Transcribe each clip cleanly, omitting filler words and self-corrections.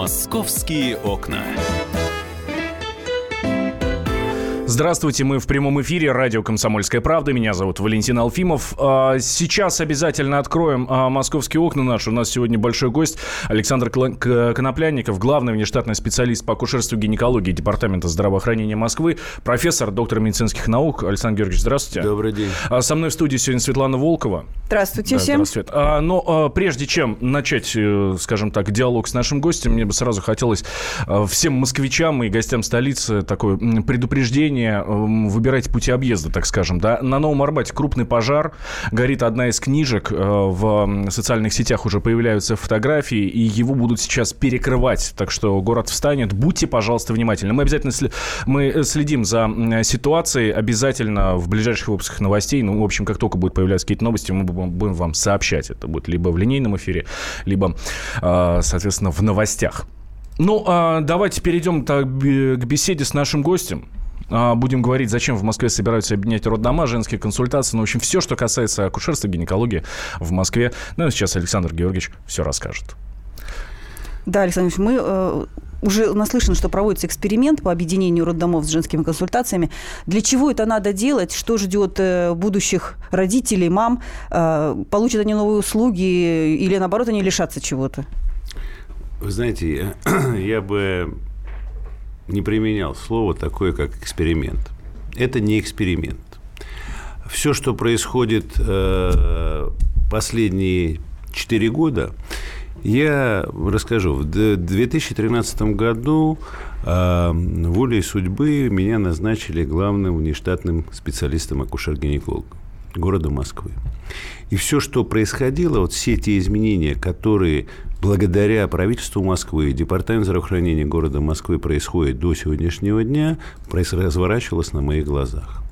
«Московские окна». Здравствуйте, мы в прямом эфире, радио «Комсомольская правда». Меня зовут Валентин Алфимов. Сейчас обязательно откроем «Московские окна» наши. У нас сегодня большой гость Александр Коноплянников, главный внештатный специалист по акушерству и гинекологии Департамента здравоохранения Москвы, профессор, доктор медицинских наук. Александр Георгиевич, здравствуйте. Добрый день. Со мной в студии сегодня Светлана Волкова. Здравствуйте всем. Здравствуйте. Но прежде чем начать, скажем так, диалог с нашим гостем, мне бы сразу хотелось всем москвичам и гостям столицы такое предупреждение. Выбирайте пути объезда, так скажем. Да? На Новом Арбате крупный пожар. Горит одна из книжек. В социальных сетях уже появляются фотографии, и его будут сейчас перекрывать. Так что город встанет. Будьте, пожалуйста, внимательны. Мы обязательно следим за ситуацией. Обязательно в ближайших выпусках новостей. В общем, как только будут появляться какие-то новости, мы будем вам сообщать. Это будет либо в линейном эфире, либо, соответственно, в новостях. Давайте перейдем к беседе с нашим гостем. Будем говорить, зачем в Москве собираются объединять роддома, женские консультации. В общем, все, что касается акушерства, гинекологии в Москве. Сейчас Александр Георгиевич все расскажет. Да, Александр Ильич, мы уже наслышаны, что проводится эксперимент по объединению роддомов с женскими консультациями. Для чего это надо делать? Что ждет будущих родителей, мам? Получат они новые услуги или, наоборот, они лишатся чего-то? Вы знаете, я бы не применял слово такое, как эксперимент. Это не эксперимент. Все, что происходит последние 4 года, я расскажу. В 2013 году волей судьбы меня назначили главным внештатным специалистом акушер-гинеколога города Москвы. И все, что происходило, все те изменения, которые благодаря правительству Москвы и Департаменту здравоохранения города Москвы происходят до сегодняшнего дня, разворачивалось на моих глазах.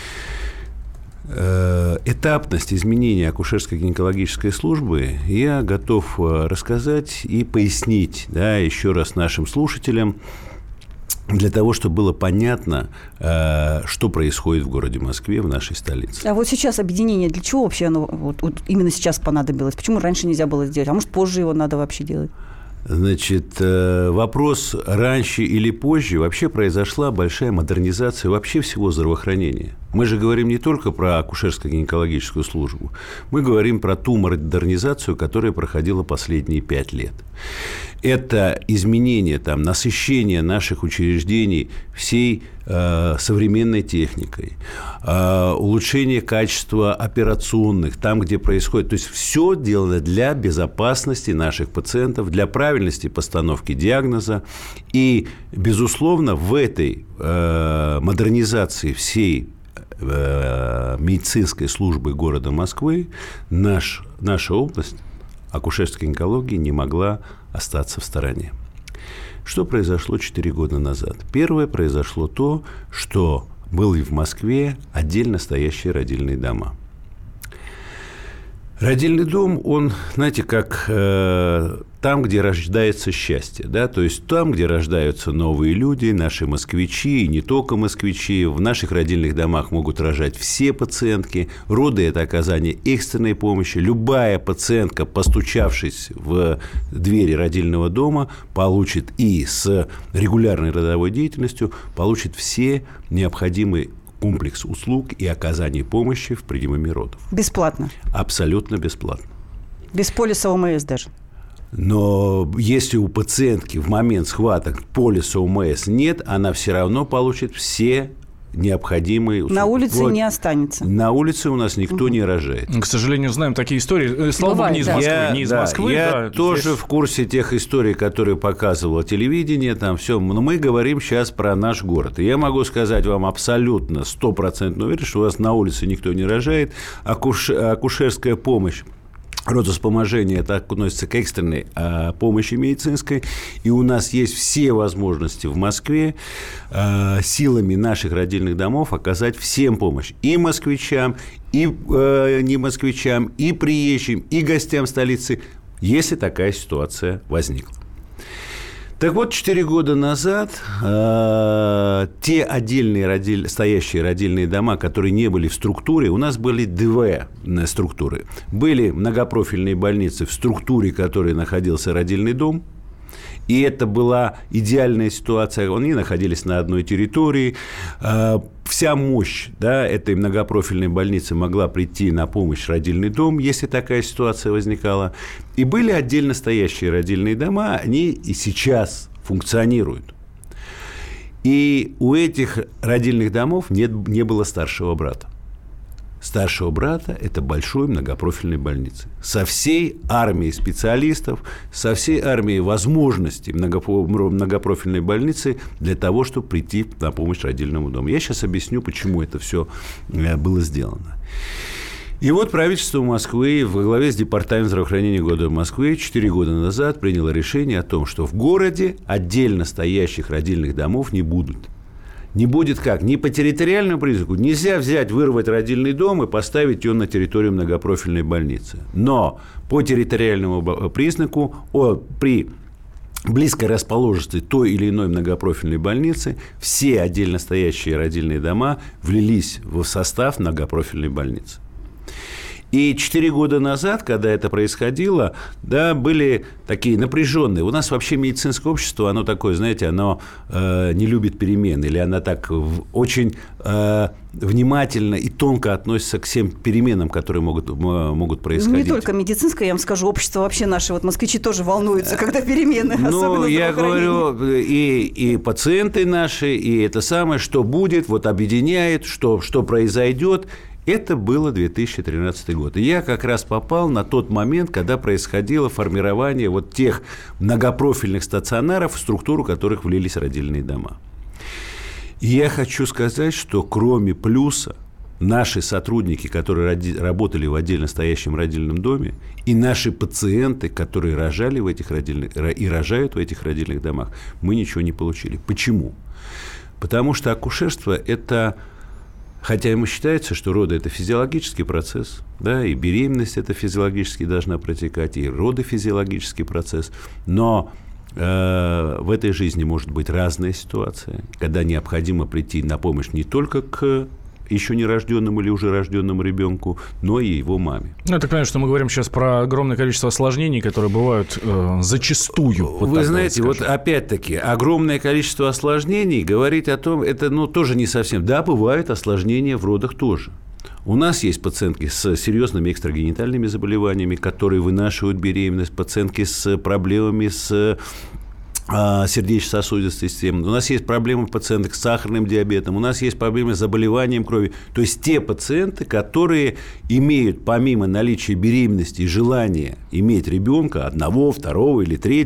Этапность изменения акушерско-гинекологической службы я готов рассказать и пояснить, еще раз нашим слушателям, для того, чтобы было понятно, что происходит в городе Москве, в нашей столице. А вот сейчас объединение, для чего вообще оно вот именно сейчас понадобилось? Почему раньше нельзя было сделать? А может, позже его надо вообще делать? Значит, вопрос раньше или позже. Вообще произошла большая модернизация вообще всего здравоохранения. Мы же говорим не только про акушерско-гинекологическую службу. Мы говорим про ту модернизацию, которая проходила последние 5 лет. Это изменение, насыщение наших учреждений всей современной техникой, улучшение качества операционных, там, где происходит. То есть, все делано для безопасности наших пациентов, для правильности постановки диагноза. И, безусловно, в этой модернизации всей медицинской службы города Москвы наша область акушерской гинекологии не могла остаться в стороне. Что произошло 4 года назад? Первое, произошло то, что были в Москве отдельно стоящие родильные дома. Родильный дом, он, знаете, как там, где рождается счастье, то есть там, где рождаются новые люди, наши москвичи, и не только москвичи. В наших родильных домах могут рожать все пациентки. Роды – это оказание экстренной помощи. Любая пациентка, постучавшись в двери родильного дома, получит и с регулярной родовой деятельностью, получит все необходимые комплекс услуг и оказания помощи в приеме родов. Бесплатно? Абсолютно бесплатно. Без полиса ОМС даже? Но если у пациентки в момент схваток полиса ОМС нет, она все равно получит все необходимые услуги. На улице не останется. На улице у нас никто не рожает. К сожалению, знаем такие истории. Слава богу, не из Москвы. Я тоже в курсе тех историй, которые показывало телевидение, там все. Но мы говорим сейчас про наш город. И я могу сказать вам абсолютно 100% уверен, что у вас на улице никто не рожает. Акушерская помощь, родовспоможение, это относится к экстренной помощи медицинской. И у нас есть все возможности в Москве силами наших родильных домов оказать всем помощь. И москвичам, и не москвичам, и приезжим, и гостям столицы, если такая ситуация возникла. Так вот, 4 года назад те отдельные стоящие родильные дома, которые не были в структуре, у нас были 2 структуры. Были многопрофильные больницы в структуре, в которой находился родильный дом, И это была идеальная ситуация. Они находились на одной территории. Вся мощь, да, этой многопрофильной больницы могла прийти на помощь родильный дом, если такая ситуация возникала. И были отдельно стоящие родильные дома. Они и сейчас функционируют. И у этих родильных домов не было старшего брата. Старшего брата – это большой многопрофильной больницы. Со всей армией специалистов, со всей армией возможностей многопрофильной больницы для того, чтобы прийти на помощь родильному дому. Я сейчас объясню, почему это все было сделано. И вот правительство Москвы во главе с Департаментом здравоохранения города Москвы 4 года назад приняло решение о том, что в городе отдельно стоящих родильных домов не будут. Не будет как? Ни по территориальному признаку. Нельзя взять, вырвать родильный дом и поставить его на территорию многопрофильной больницы. Но по территориальному признаку при близкой расположенности той или иной многопрофильной больницы все отдельно стоящие родильные дома влились в состав многопрофильной больницы. И 4 года назад, когда это происходило, да, были такие напряженные. У нас вообще медицинское общество, оно такое, знаете, оно не любит перемен. Или оно так очень внимательно и тонко относится к всем переменам, которые могут происходить. Не только медицинское, я вам скажу, общество вообще наше. Вот москвичи тоже волнуются, когда перемены. Ну, я говорю, и пациенты наши, и это самое, что будет, вот объединяет, что произойдет. Это было 2013 год. И я как раз попал на тот момент, когда происходило формирование вот тех многопрофильных стационаров, в структуру которых влились родильные дома. И я хочу сказать, что кроме плюса, наши сотрудники, которые работали в отдельно стоящем родильном доме, и наши пациенты, которые рожали в этих и рожают в этих родильных домах, мы ничего не получили. Почему? Потому что акушерство – это... Хотя ему считается, что роды – это физиологический процесс, да, и беременность – это физиологически должна протекать, и роды – физиологический процесс. Но в этой жизни может быть разная ситуация, когда необходимо прийти на помощь не только к еще нерожденному или уже рожденному ребенку, но и его маме. Ну, я так понимаю, что мы говорим сейчас про огромное количество осложнений, которые бывают зачастую. Вот вы знаете, вот опять-таки, огромное количество осложнений говорить о том, это тоже не совсем. Да, бывают осложнения в родах тоже. У нас есть пациентки с серьезными экстрагенитальными заболеваниями, которые вынашивают беременность, пациентки с проблемами с сердечно-сосудистой системы. У нас есть проблемы пациентов с сахарным диабетом, у нас есть проблемы с заболеванием крови. То есть те пациенты, которые имеют помимо наличия беременности и желания иметь ребенка, 1, 2 или 3,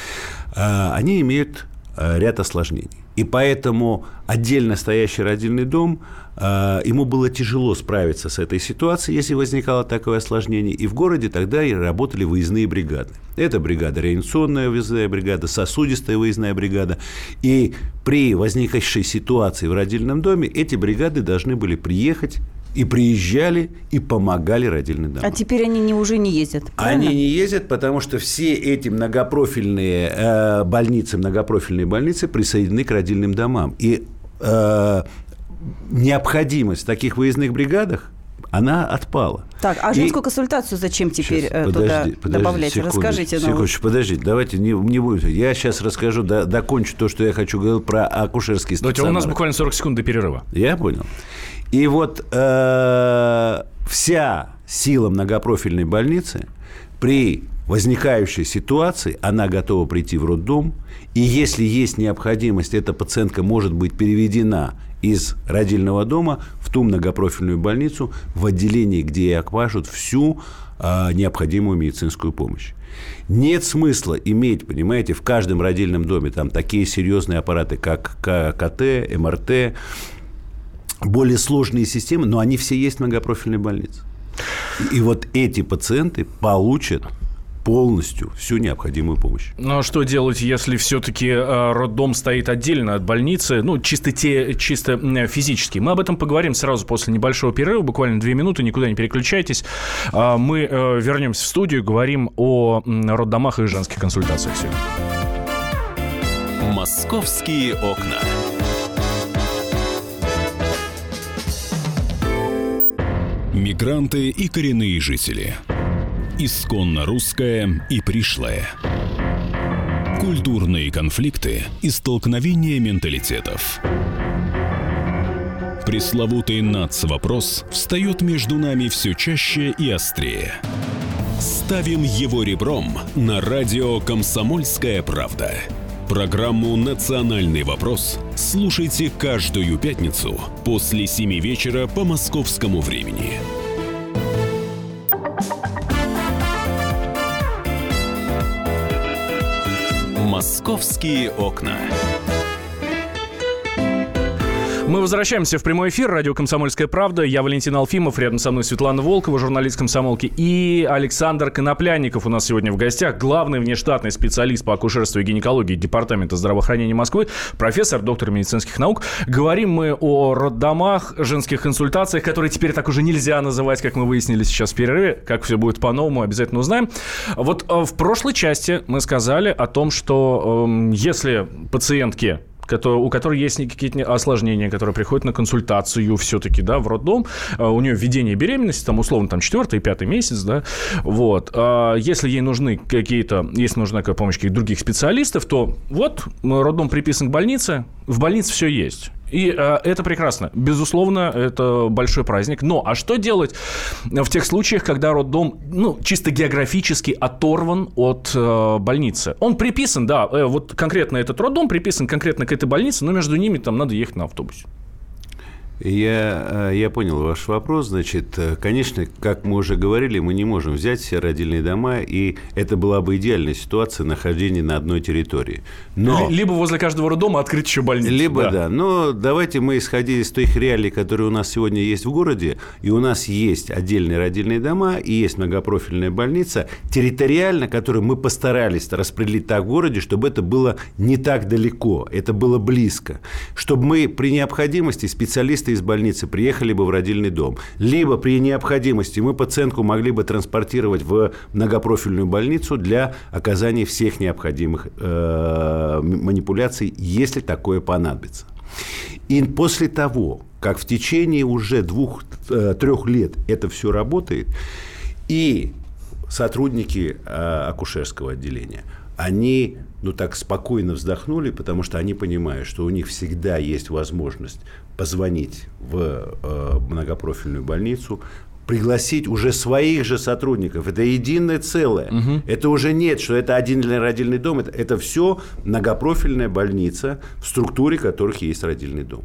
они имеют ряд осложнений. И поэтому отдельно стоящий родильный дом, ему было тяжело справиться с этой ситуацией, если возникало такое осложнение. И в городе тогда и работали выездные бригады. Это бригада реанимационная выездная бригада, сосудистая выездная бригада. И при возникшей ситуации в родильном доме эти бригады должны были приехать и приезжали, и помогали родильным домам. А теперь они уже не ездят, правильно? Они не ездят, потому что все эти многопрофильные больницы присоединены к родильным домам. И необходимость в таких выездных бригадах, она отпала. Так, а женскую консультацию зачем теперь туда добавлять? Расскажите нам. Секундочку, подождите, давайте не будем. Я сейчас расскажу, докончу то, что я хочу говорить про акушерские стационары. Давайте, у нас буквально 40 секунд до перерыва. Я понял. И вот вся сила многопрофильной больницы при возникающей ситуации, она готова прийти в роддом, и если есть необходимость, эта пациентка может быть переведена из родильного дома в ту многопрофильную больницу, в отделении, где ей окажут всю необходимую медицинскую помощь. Нет смысла иметь, понимаете, в каждом родильном доме там такие серьезные аппараты, как КТ, МРТ, более сложные системы, но они все есть в многопрофильной больнице. И вот эти пациенты получат полностью всю необходимую помощь. Ну, а что делать, если все-таки роддом стоит отдельно от больницы, чисто физически? Мы об этом поговорим сразу после небольшого перерыва, буквально 2 минуты, никуда не переключайтесь. Мы вернемся в студию, говорим о роддомах и женских консультациях сегодня. «Московские окна». Мигранты и коренные жители. Исконно русское и пришлое. Культурные конфликты и столкновения менталитетов. Пресловутый НАЦ-вопрос встает между нами все чаще и острее. Ставим его ребром на радио «Комсомольская правда». Программу «Национальный вопрос» слушайте каждую пятницу после 7 вечера по московскому времени. «Московские окна». Мы возвращаемся в прямой эфир. Радио «Комсомольская правда». Я Валентин Алфимов. Рядом со мной Светлана Волкова, журналист «Комсомолки». И Александр Коноплянников у нас сегодня в гостях. Главный внештатный специалист по акушерству и гинекологии Департамента здравоохранения Москвы. Профессор, доктор медицинских наук. Говорим мы о роддомах, женских консультациях, которые теперь так уже нельзя называть, как мы выяснили сейчас в перерыве. Как все будет по-новому, обязательно узнаем. Вот в прошлой части мы сказали о том, что если пациентки, у которой есть какие-то осложнения, которые приходят на консультацию все-таки, да, в роддом, у нее введение беременности, там, условно, там, 4-й, 5-й месяц, да, вот, если ей нужна какая помощь каких-то других специалистов, то вот, роддом приписан к больнице, в больнице все есть. И это прекрасно. Безусловно, это большой праздник. Но а что делать в тех случаях, когда роддом, чисто географически оторван от больницы? Он приписан, да, вот конкретно этот роддом приписан конкретно к этой больнице, но между ними там надо ехать на автобусе. Я понял ваш вопрос. Значит, конечно, как мы уже говорили, мы не можем взять все родильные дома, и это была бы идеальная ситуация нахождения на одной территории. Но... Либо возле каждого роддома открыть еще больницу. Либо, да. Но давайте мы, исходя из тех реалий, которые у нас сегодня есть в городе, и у нас есть отдельные родильные дома, и есть многопрофильная больница, территориально, которую мы постарались распределить так в городе, чтобы это было не так далеко, это было близко. Чтобы мы при необходимости специалисты из больницы приехали бы в родильный дом. Либо при необходимости мы пациентку могли бы транспортировать в многопрофильную больницу для оказания всех необходимых манипуляций, если такое понадобится. И после того, как в течение уже 2-3 лет это все работает, и сотрудники акушерского отделения, они так спокойно вздохнули, потому что они понимают, что у них всегда есть возможность позвонить в многопрофильную больницу, пригласить уже своих же сотрудников. Это единое целое. Угу. Это уже нет, что это один родильный дом. Это все многопрофильная больница, в структуре которых есть родильный дом.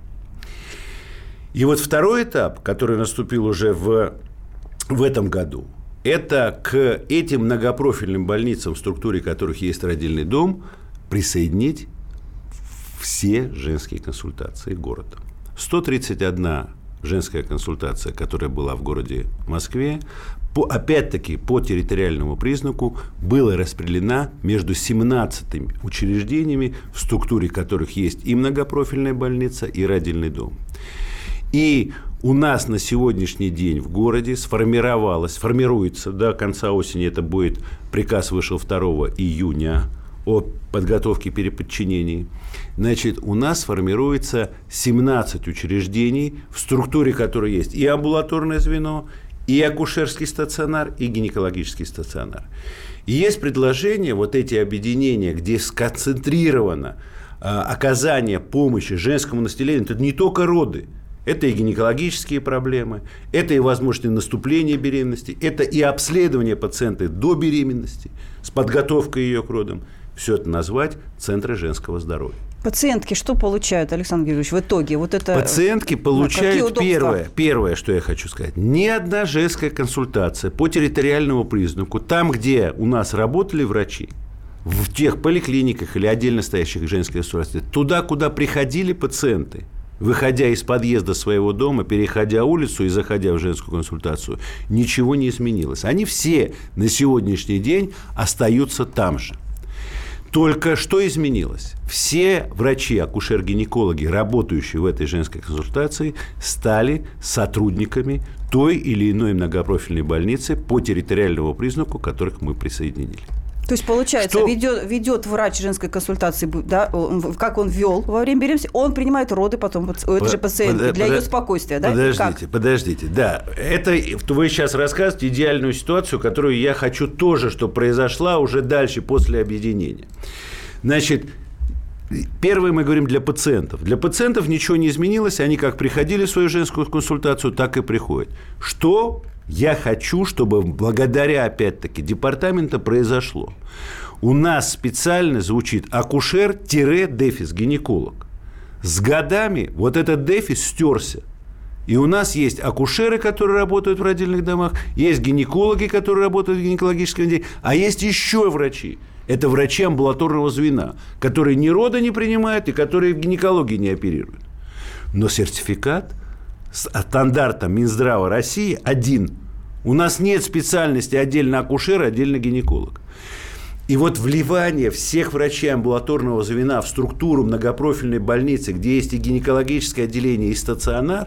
И вот второй этап, который наступил уже в этом году, это к этим многопрофильным больницам, в структуре которых есть родильный дом, присоединить все женские консультации города. 131 женская консультация, которая была в городе Москве, опять-таки по территориальному признаку была распределена между 17 учреждениями, в структуре которых есть и многопрофильная больница, и родильный дом. И у нас на сегодняшний день в городе формируется, до конца осени это будет, приказ вышел 2 июня о подготовке переподчинений. Значит, у нас формируется 17 учреждений, в структуре которой есть и амбулаторное звено, и акушерский стационар, и гинекологический стационар. И есть предложение, вот эти объединения, где сконцентрировано оказание помощи женскому населению, это не только роды, это и гинекологические проблемы, это и возможное наступление беременности, это и обследование пациента до беременности с подготовкой ее к родам. Все это назвать центры женского здоровья. Пациентки что получают, Александр Георгиевич, в итоге? Вот это... Пациентки получают первое, что я хочу сказать. Ни одна женская консультация по территориальному признаку, там, где у нас работали врачи, в тех поликлиниках или отдельно стоящих женских консультациях, туда, куда приходили пациенты, выходя из подъезда своего дома, переходя улицу и заходя в женскую консультацию, ничего не изменилось. Они все на сегодняшний день остаются там же. Только что изменилось? Все врачи, акушер-гинекологи, работающие в этой женской консультации, стали сотрудниками той или иной многопрофильной больницы по территориальному признаку, которых мы присоединили. То есть, получается, ведет врач женской консультации, да, как он вел во время беременности, он принимает роды потом у этой же пациентки для ее спокойствия, да? Подождите, да. Это вы сейчас рассказываете идеальную ситуацию, которую я хочу тоже, чтобы произошла уже дальше, после объединения. Значит, первое мы говорим для пациентов. Для пациентов ничего не изменилось. Они как приходили в свою женскую консультацию, так и приходят. Что я хочу, чтобы благодаря, опять-таки, департаменту произошло? У нас специально звучит акушер-дефис-гинеколог. С годами вот этот дефис стерся. И у нас есть акушеры, которые работают в родильных домах, есть гинекологи, которые работают в гинекологическом отделении, а есть еще врачи. Это врачи амбулаторного звена, которые ни рода не принимают и которые в гинекологии не оперируют. Но сертификат стандартом Минздрава России один. У нас нет специальности отдельно акушер, отдельно гинеколог. И вот вливание всех врачей амбулаторного звена в структуру многопрофильной больницы, где есть и гинекологическое отделение, и стационар,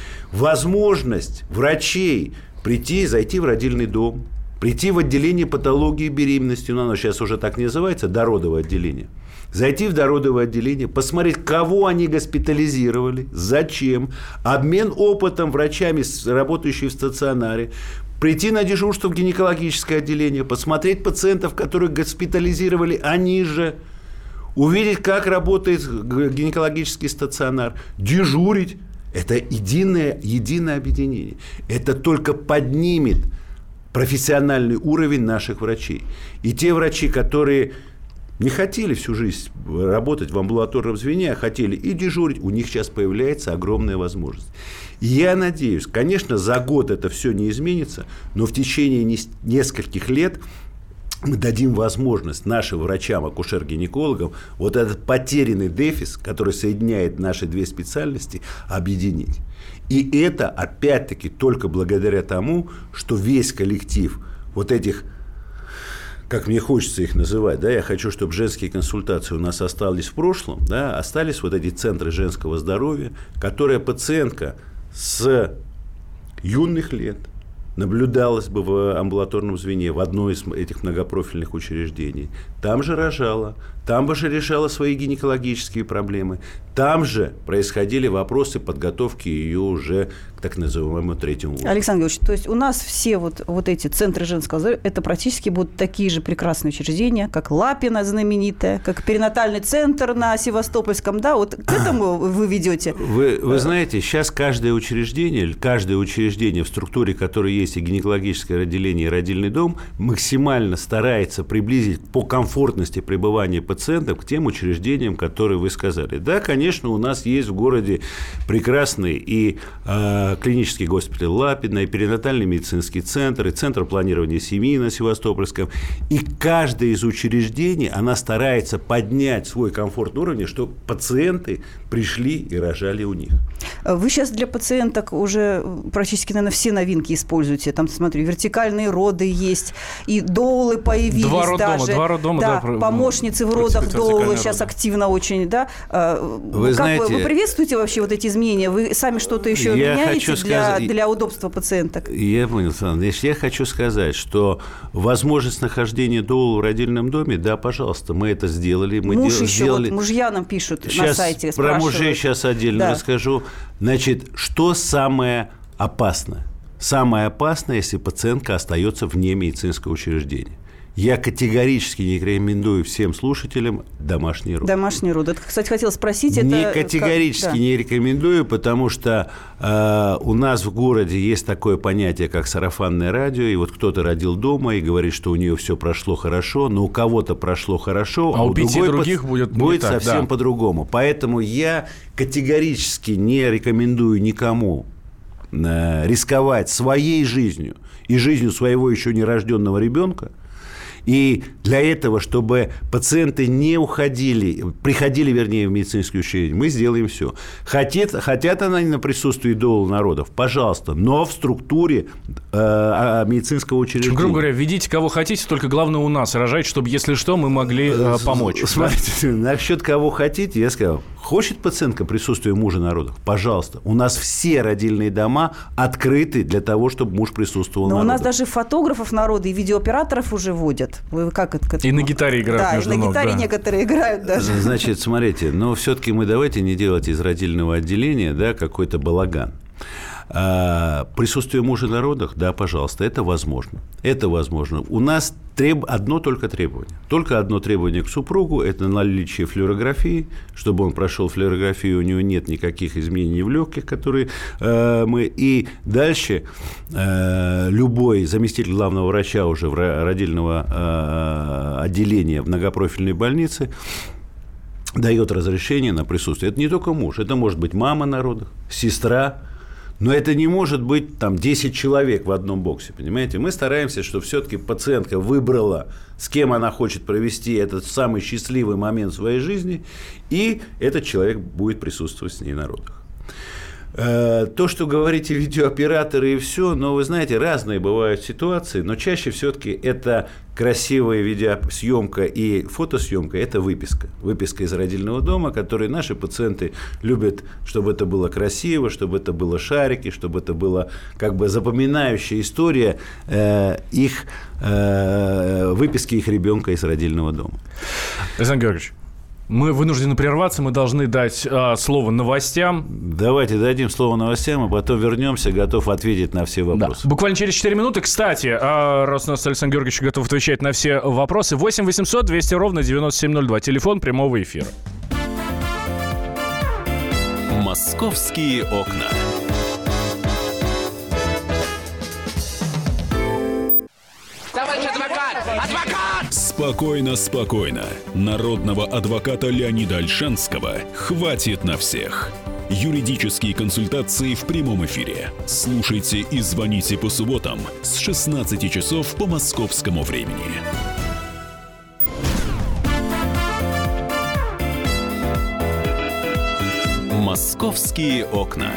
возможность врачей прийти, зайти в родильный дом, прийти в отделение патологии беременности, оно сейчас уже так не называется, дородовое отделение, зайти в дородовое отделение, посмотреть, кого они госпитализировали, зачем, обмен опытом врачами, работающими в стационаре, прийти на дежурство в гинекологическое отделение, посмотреть пациентов, которых госпитализировали они же, увидеть, как работает гинекологический стационар, дежурить. Это единое объединение. Это только поднимет профессиональный уровень наших врачей. И те врачи, которые не хотели всю жизнь работать в амбулаторном звене, а хотели и дежурить, у них сейчас появляется огромная возможность. И я надеюсь, конечно, за год это все не изменится, но в течение нескольких лет мы дадим возможность нашим врачам, акушер-гинекологам вот этот потерянный дефис, который соединяет наши две специальности, объединить. И это, опять-таки, только благодаря тому, что весь коллектив вот этих, как мне хочется их называть, да, я хочу, чтобы женские консультации у нас остались в прошлом, да, остались вот эти центры женского здоровья, которые пациентка с юных лет наблюдалась бы в амбулаторном звене, в одной из этих многопрофильных учреждений. Там же рожала, там же решала свои гинекологические проблемы, там же происходили вопросы подготовки ее уже к так называемому третьему возрасту. Александр Георгиевич, то есть у нас все вот эти центры женского здоровья, это практически будут такие же прекрасные учреждения, как Лапина знаменитая, как перинатальный центр на Севастопольском, да, вот к этому вы ведете? Вы знаете, сейчас каждое учреждение в структуре, которое есть и гинекологическое отделение, и родильный дом, максимально старается приблизить по комфортности пребывания пациентов к тем учреждениям, которые вы сказали. Да, конечно, у нас есть в городе прекрасный и клинический госпиталь Лапина, и перинатальный медицинский центр, и центр планирования семьи на Севастопольском. И каждое из учреждений, она старается поднять свой комфортный уровень, чтобы пациенты пришли и рожали у них. Вы сейчас для пациенток уже практически, наверное, все новинки используете. Там, смотрю, вертикальные роды есть, и доулы появились Два роддома, да, помощницы в родах, доулы сейчас активно очень, да. Вы приветствуете вообще вот эти изменения? Вы сами что-то еще меняете для удобства пациенток? Я понял, Александр. Я хочу сказать, что возможность нахождения доула в родильном доме, да, пожалуйста, мы это сделали. Мужья нам пишут на сайте, спрашивают. Про мужей сейчас отдельно расскажу. Значит, что самое опасное? Самое опасное, если пациентка остается вне медицинского учреждения. Я категорически не рекомендую всем слушателям домашний род. Домашний род. Это, кстати, хотела спросить. Категорически не рекомендую, потому что у нас в городе есть такое понятие, как сарафанное радио, и вот кто-то родил дома и говорит, что у нее все прошло хорошо, но у кого-то прошло хорошо, а у 5 других будет совсем по-другому. Поэтому я категорически не рекомендую никому рисковать своей жизнью и жизнью своего еще нерожденного ребенка. И для этого, чтобы пациенты не приходили, в медицинское учреждение, мы сделаем все. Хотят они на присутствии доула народов, пожалуйста, но в структуре медицинского учреждения. Грубо говоря, ведите кого хотите, только главное у нас рожать, чтобы, если что, мы могли помочь. Смотрите, насчет кого хотите, я сказал, хочет пациентка присутствие мужа народов, пожалуйста. У нас все родильные дома открыты для того, чтобы муж присутствовал народов. Но у нас даже фотографов народа и видеооператоров уже водят. Вы как это? И на гитаре играют между ног. Да, и на гитаре некоторые играют даже. Значит, смотрите, но все-таки мы давайте не делать из родильного отделения, да, какой-то балаган. Присутствие мужа на родах, да, пожалуйста, это возможно. Это возможно. У нас одно только требование. Только одно требование к супругу – это наличие флюорографии. Чтобы он прошел флюорографию, у него нет никаких изменений в легких, которые мы… И дальше любой заместитель главного врача уже родильного отделения в многопрофильной больнице дает разрешение на присутствие. Это не только муж, это может быть мама на родах, сестра. Но это не может быть там 10 человек в одном боксе, понимаете? Мы стараемся, чтобы все-таки пациентка выбрала, с кем она хочет провести этот самый счастливый момент в своей жизни, и этот человек будет присутствовать с ней на родах. То, что говорите видеооператоры и все, но вы знаете, разные бывают ситуации, но чаще все-таки это красивая видеосъемка и фотосъемка – это выписка. Выписка из родильного дома, которую наши пациенты любят, чтобы это было красиво, чтобы это было шарики, чтобы это была как бы запоминающая история их выписки их ребенка из родильного дома. Александр Георгиевич, мы вынуждены прерваться, мы должны дать слово новостям. Давайте дадим слово новостям, а потом вернемся, готов ответить на все вопросы. Да. Буквально через 4 минуты. Кстати, раз у нас Александр Георгиевич готов отвечать на все вопросы, 8 800 200 ровно 9702, телефон прямого эфира. «Московские окна». Товарищ адвокат! Адвокат! Спокойно, спокойно. Народного адвоката Леонида Ольшанского хватит на всех. Юридические консультации в прямом эфире. Слушайте и звоните по субботам с 16 часов по московскому времени. «Московские окна».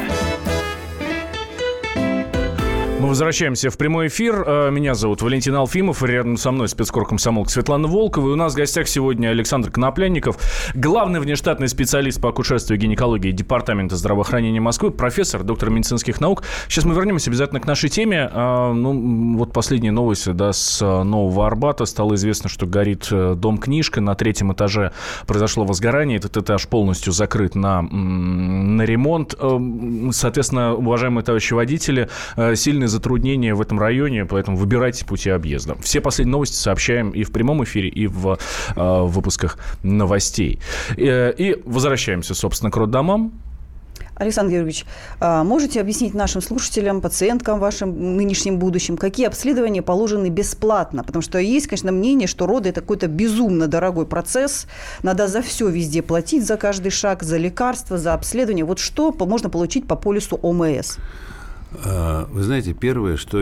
Мы возвращаемся в прямой эфир. Меня зовут Валентин Алфимов. Рядом со мной спецкор комсомолка Светлана Волкова. И у нас в гостях сегодня Александр Коноплянников, главный внештатный специалист по акушерству и гинекологии Департамента здравоохранения Москвы, профессор, доктор медицинских наук. Сейчас мы вернемся обязательно к нашей теме. Вот последние новости, с Нового Арбата. Стало известно, что горит дом-книжка. На 3-м этаже произошло возгорание. Этот этаж полностью закрыт на ремонт. Соответственно, уважаемые товарищи водители, сильные затруднения в этом районе, поэтому выбирайте пути объезда. Все последние новости сообщаем и в прямом эфире, и в выпусках новостей. И возвращаемся, собственно, к роддомам. Александр Георгиевич, можете объяснить нашим слушателям, пациенткам вашим нынешним будущим, какие обследования положены бесплатно? Потому что есть, конечно, мнение, что роды – это какой-то безумно дорогой процесс. Надо за все везде платить, за каждый шаг, за лекарства, за обследование. Вот что можно получить по полису ОМС? Вы знаете, первое, что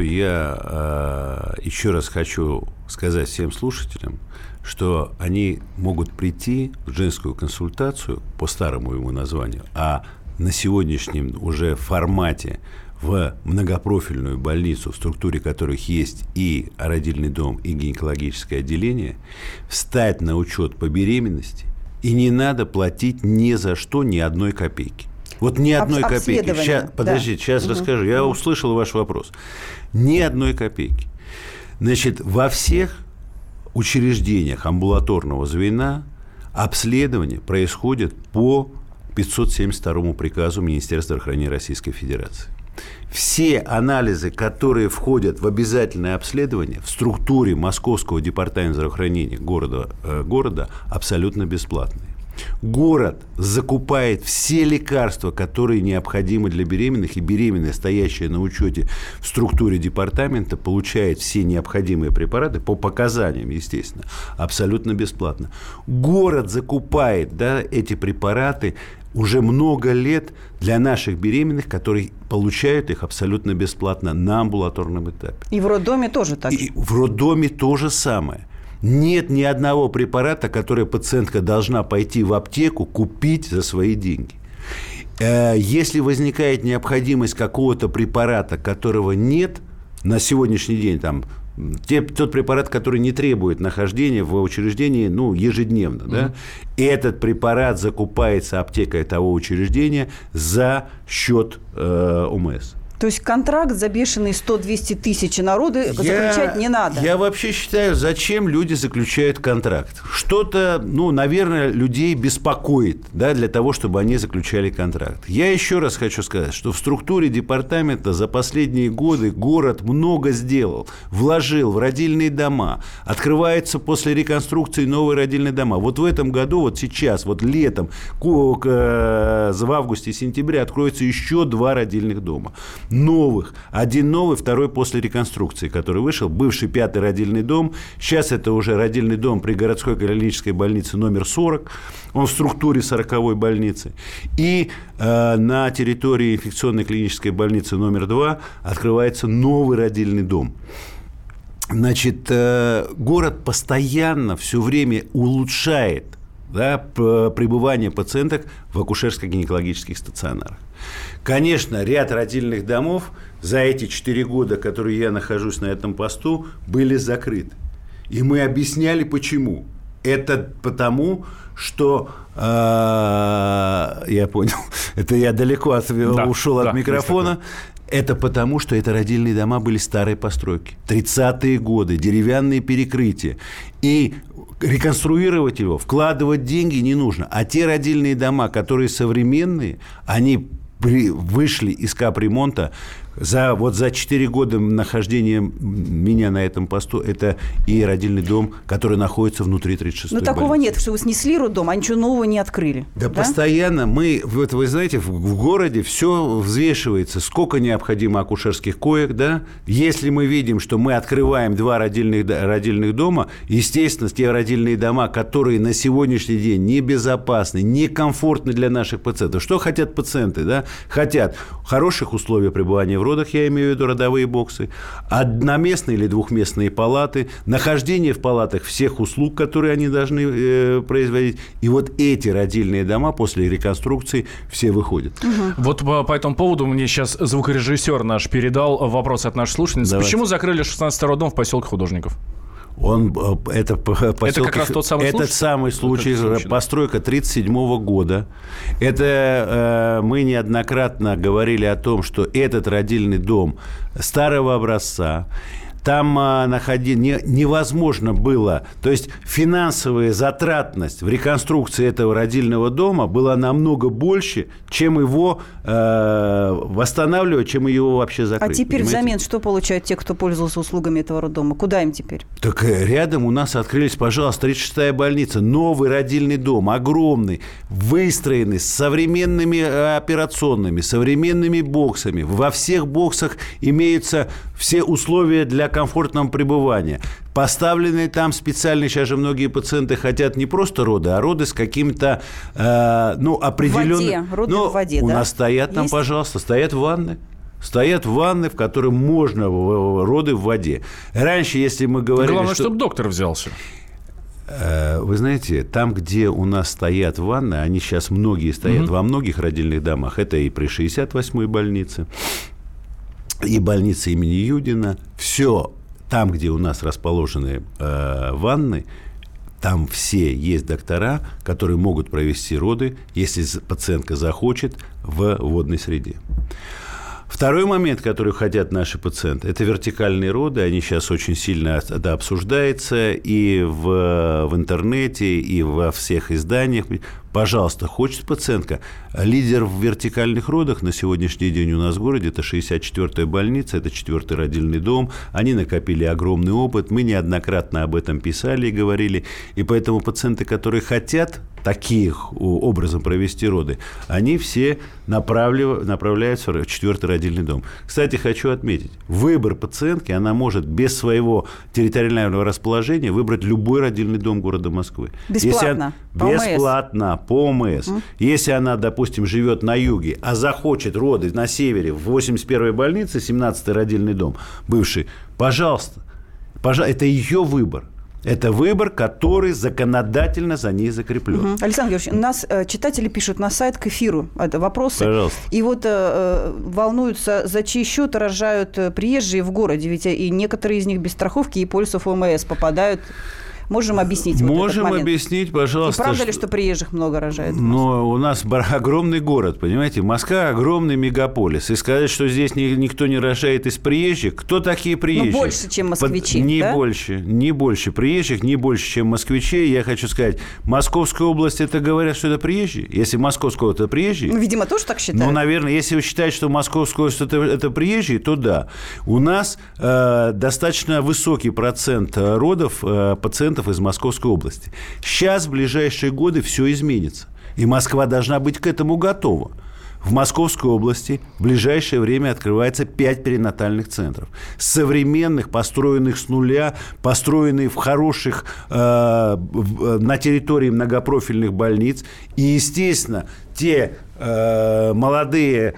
я еще раз хочу сказать всем слушателям, что они могут прийти в женскую консультацию по старому его названию, а на сегодняшнем уже формате в многопрофильную больницу, в структуре которых есть и родильный дом, и гинекологическое отделение, встать на учет по беременности, и не надо платить ни за что ни одной копейки. Вот ни одной копейки. Сейчас расскажу. Я услышал ваш вопрос. Ни одной копейки. Значит, во всех учреждениях амбулаторного звена обследование происходит по 572 приказу Министерства здравоохранения Российской Федерации. Все анализы, которые входят в обязательное обследование в структуре Московского департамента здравоохранения города абсолютно бесплатные. Город закупает все лекарства, которые необходимы для беременных, и беременная, стоящая на учете в структуре департамента, получает все необходимые препараты по показаниям, естественно, абсолютно бесплатно. Город закупает эти препараты уже много лет для наших беременных, которые получают их абсолютно бесплатно на амбулаторном этапе. И в роддоме тоже так же? И в роддоме то же самое. Нет ни одного препарата, который пациентка должна пойти в аптеку купить за свои деньги. Если возникает необходимость какого-то препарата, которого нет на сегодняшний день, тот препарат, который не требует нахождения в учреждении ежедневно, этот препарат закупается аптекой того учреждения за счет ОМС. То есть контракт за бешеные 100-200 тысяч народу заключать не надо? Я вообще считаю, зачем люди заключают контракт. Что-то, наверное, людей беспокоит, да, для того, чтобы они заключали контракт. Я еще раз хочу сказать, что в структуре департамента за последние годы город много сделал. Вложил в родильные дома. Открываются после реконструкции новые родильные дома. Вот в этом году, вот сейчас, вот летом, в августе и сентябре откроется еще 2 родильных дома. Новых. Один новый, второй после реконструкции, который вышел. Бывший 5-й родильный дом. Сейчас это уже родильный дом при городской клинической больнице номер 40. Он в структуре 40-й больницы. И на территории инфекционной клинической больницы номер 2 открывается новый родильный дом. Значит, город постоянно все время улучшает, да, пребывание пациенток в акушерско-гинекологических стационарах. Конечно, ряд родильных домов за эти 4 года, которые я нахожусь на этом посту, были закрыты. И мы объясняли, почему. Это потому, что... я понял. Это я далеко ушел от микрофона. Это потому, что это родильные дома были старой постройки. 30-е годы, деревянные перекрытия. И реконструировать его, вкладывать деньги не нужно. А те родильные дома, которые современные, они вышли из капремонта. За 4 года нахождения меня на этом посту, это и родильный дом, который находится внутри 36-й больницы. Но такого нет, что вы снесли роддом, а ничего нового не открыли. Да постоянно вы знаете, в городе все взвешивается, сколько необходимо акушерских коек, да? Если мы видим, что мы открываем 2 родильных дома, естественно, те родильные дома, которые на сегодняшний день небезопасны, некомфортны для наших пациентов. Что хотят пациенты, да? Хотят хороших условий пребывания в родах, я имею в виду родовые боксы, одноместные или двухместные палаты, нахождение в палатах всех услуг, которые они должны производить. И вот эти родильные дома после реконструкции все выходят. Вот по этому поводу мне сейчас звукорежиссер наш передал вопрос от нашей слушательницы. Давайте. Почему закрыли 16-й роддом в поселке Художников? Это как раз тот самый случай? Этот самый случай, постройка 1937 года. Это мы неоднократно говорили о том, что этот родильный дом старого образца, там невозможно было, то есть финансовая затратность в реконструкции этого родильного дома была намного больше, чем его восстанавливать, чем его вообще закрыть. А теперь взамен что получают те, кто пользовался услугами этого роддома? Куда им теперь? Так рядом у нас открылись, пожалуйста, 36-я больница, новый родильный дом, огромный, выстроенный, с современными операционными, современными боксами. Во всех боксах имеются все условия для комфортного пребывания. Поставленные там специальные, сейчас же многие пациенты хотят не просто роды, а роды с каким-то, определенным... В воде, роды в воде, у да? нас стоят там, пожалуйста, стоят ванны. Стоят ванны, в которых можно роды в воде. Раньше, если мы говорили... Главное, чтобы доктор взялся. Вы знаете, там, где у нас стоят ванны, они сейчас многие стоят во многих родильных домах. Это и при 68-й больнице, и больница имени Юдина. Все там, где у нас расположены ванны, там все есть доктора, которые могут провести роды, если пациентка захочет, в водной среде. Второй момент, который хотят наши пациенты, это вертикальные роды. Они сейчас очень сильно обсуждаются и в интернете, и во всех изданиях. Пожалуйста, хочет пациентка. Лидер в вертикальных родах на сегодняшний день у нас в городе – это 64-я больница, это 4-й родильный дом. Они накопили огромный опыт. Мы неоднократно об этом писали и говорили. И поэтому пациенты, которые хотят таким образом провести роды, они все направляются в 4-й родильный дом. Кстати, хочу отметить, выбор пациентки, она может без своего территориального расположения выбрать любой родильный дом города Москвы. Бесплатно? Бесплатно, по ОМС. Если она, допустим, живет на юге, а захочет роды на севере, в 81-й больнице, 17-й родильный дом, бывший, пожалуйста, это ее выбор. Это выбор, который законодательно за ней закреплен. Александр Георгиевич, у нас читатели пишут на сайт к эфиру вопросы. Пожалуйста. И вот волнуются, за чей счет рожают приезжие в городе. Ведь и некоторые из них без страховки и полисов ОМС попадают Можем объяснить вот этот Можем момент? объяснить, пожалуйста. И правда ли, что приезжих много рожают? Но у нас огромный город, понимаете? Москва – огромный мегаполис. И сказать, что здесь никто не рожает из приезжих, кто такие приезжие? Ну, больше, чем москвичи, Не да? больше. Не больше приезжих, не больше, чем москвичей. Я хочу сказать, Московская область, это говорят, что это приезжие? Если Московская область – это приезжие? Ну, видимо, тоже так считают. Ну, наверное, если вы считаете, что Московская область – это приезжие, то да. У нас достаточно высокий процент родов пациентов из Московской области. Сейчас, в ближайшие годы, все изменится. И Москва должна быть к этому готова. В Московской области в ближайшее время открывается 5 перинатальных центров. Современных, построенных с нуля, построенных в хороших, на территории многопрофильных больниц. И, естественно, те молодые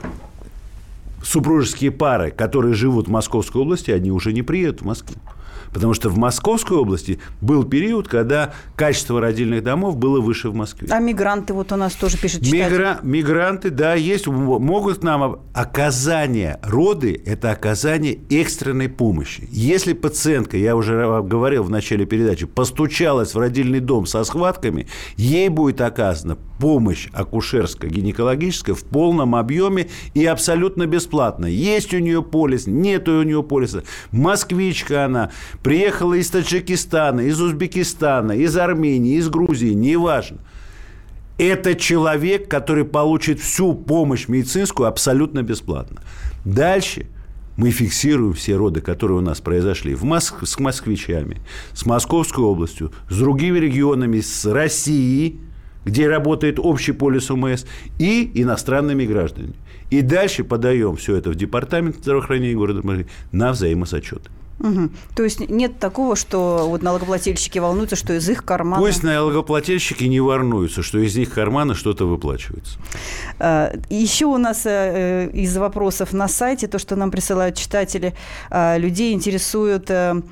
супружеские пары, которые живут в Московской области, они уже не приедут в Москву. Потому что в Московской области был период, когда качество родильных домов было выше в Москве. А мигранты, вот у нас тоже пишет читатель. Мигранты, да, есть, могут нам оказание роды – это оказание экстренной помощи. Если пациентка, я уже говорил в начале передачи, постучалась в родильный дом со схватками, ей будет оказана помощь акушерско-гинекологическая в полном объеме и абсолютно бесплатно. Есть у нее полис, нет у нее полиса. Москвичка она, приехала из Таджикистана, из Узбекистана, из Армении, из Грузии, неважно. Это человек, который получит всю помощь медицинскую абсолютно бесплатно. Дальше мы фиксируем все роды, которые у нас произошли с москвичами, с Московской областью, с другими регионами, с Россией, где работает общий полис ОМС, и иностранными гражданами. И дальше подаем все это в департамент здравоохранения города Москвы на взаимосочет. Угу. То есть нет такого, что вот налогоплательщики волнуются, что из их кармана... Пусть налогоплательщики не волнуются, что из их кармана что-то выплачивается. Еще у нас из вопросов на сайте, то, что нам присылают читатели, людей интересует,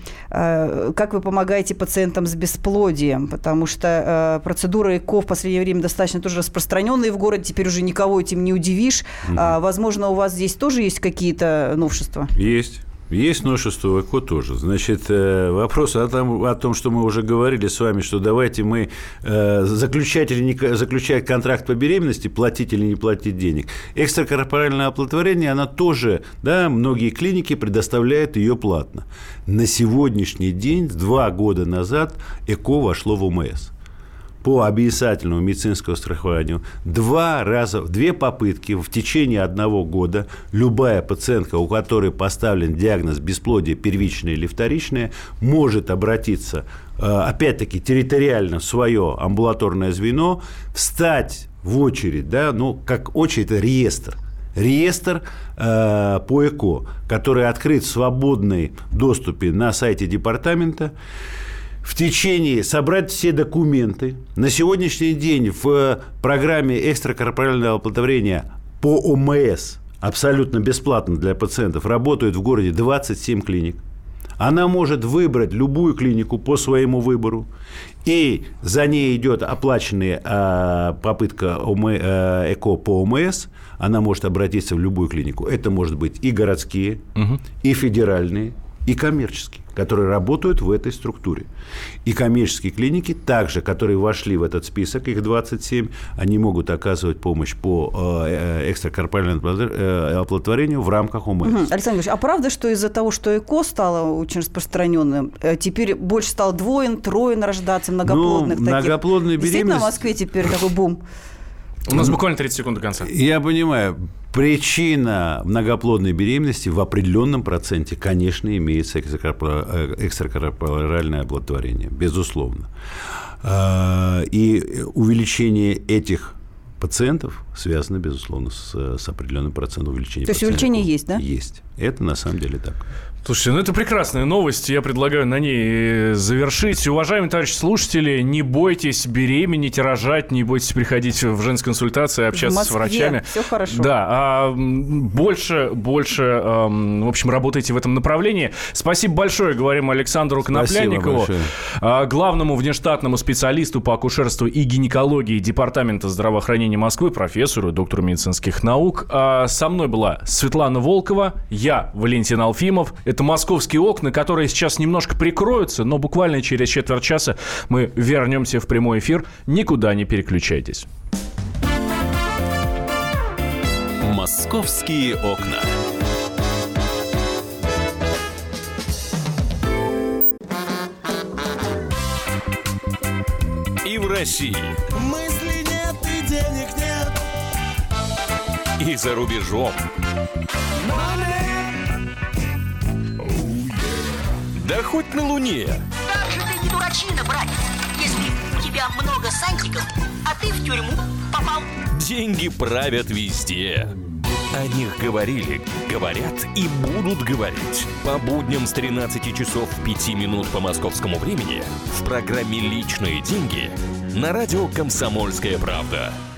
как вы помогаете пациентам с бесплодием, потому что процедура ЭКО в последнее время достаточно тоже распространенная в городе, теперь уже никого этим не удивишь. Возможно, у вас здесь тоже есть какие-то новшества? Есть. Есть новшество ЭКО тоже. Значит, вопрос о том, что мы уже говорили с вами, что давайте мы заключать или не заключать контракт по беременности, платить или не платить денег. Экстракорпоральное оплодотворение, она тоже, да, многие клиники предоставляют ее платно. На сегодняшний день, 2 года назад, ЭКО вошло в ОМС. По обязательному медицинскому страхованию 2 попытки в течение 1 года любая пациентка, у которой поставлен диагноз бесплодия первичное или вторичное, может обратиться, опять-таки, территориально в свое амбулаторное звено, встать в очередь, да, ну, как очередь, это реестр по ЭКО, который открыт в свободном доступе на сайте департамента. В течение собрать все документы. На сегодняшний день в программе экстракорпорального оплодотворения по ОМС абсолютно бесплатно для пациентов работают в городе 27 клиник. Она может выбрать любую клинику по своему выбору, и за ней идет оплаченная попытка ЭКО по ОМС. Она может обратиться в любую клинику. Это может быть и городские, и федеральные, и коммерческие, которые работают в этой структуре. И коммерческие клиники, также, которые вошли в этот список, их 27, они могут оказывать помощь по экстракорпоральному оплодотворению в рамках ОМС. Александр Ильич, а правда, что из-за того, что ЭКО стало очень распространенным, теперь больше стало 2-3 рождаться многоплодных таких? Многоплодные беременности... Действительно, в Москве теперь такой бум? У нас буквально 30 секунд до конца. Я понимаю. Причина многоплодной беременности в определенном проценте, конечно, имеется экстракорпоральное оплодотворение, безусловно. И увеличение этих пациентов связано, безусловно, с определенным процентом увеличения. То есть увеличение есть, да? Есть. Это на самом деле так. Слушайте, ну это прекрасная новость, я предлагаю на ней завершить. Уважаемые товарищи слушатели, не бойтесь беременеть, рожать, не бойтесь приходить в женские консультации, общаться с врачами. Все хорошо. Да, больше, в общем, работайте в этом направлении. Спасибо большое, говорим Александру Конопляникову, главному внештатному специалисту по акушерству и гинекологии Департамента здравоохранения Москвы, профессору профессору, доктору медицинских наук. А со мной была Светлана Волкова, я Валентин Алфимов. Это «Московские окна», которые сейчас немножко прикроются, но буквально через четверть часа мы вернемся в прямой эфир. Никуда не переключайтесь. «Московские окна». И в России. Мысли нет и денег нет. И за рубежом. Да хоть на Луне. Как же ты не дурачина, братец, если у тебя много сантиков, а ты в тюрьму попал. Деньги правят везде. О них говорили, говорят и будут говорить. По будням с 13 часов 5 минут по московскому времени в программе «Личные деньги» на радио «Комсомольская правда».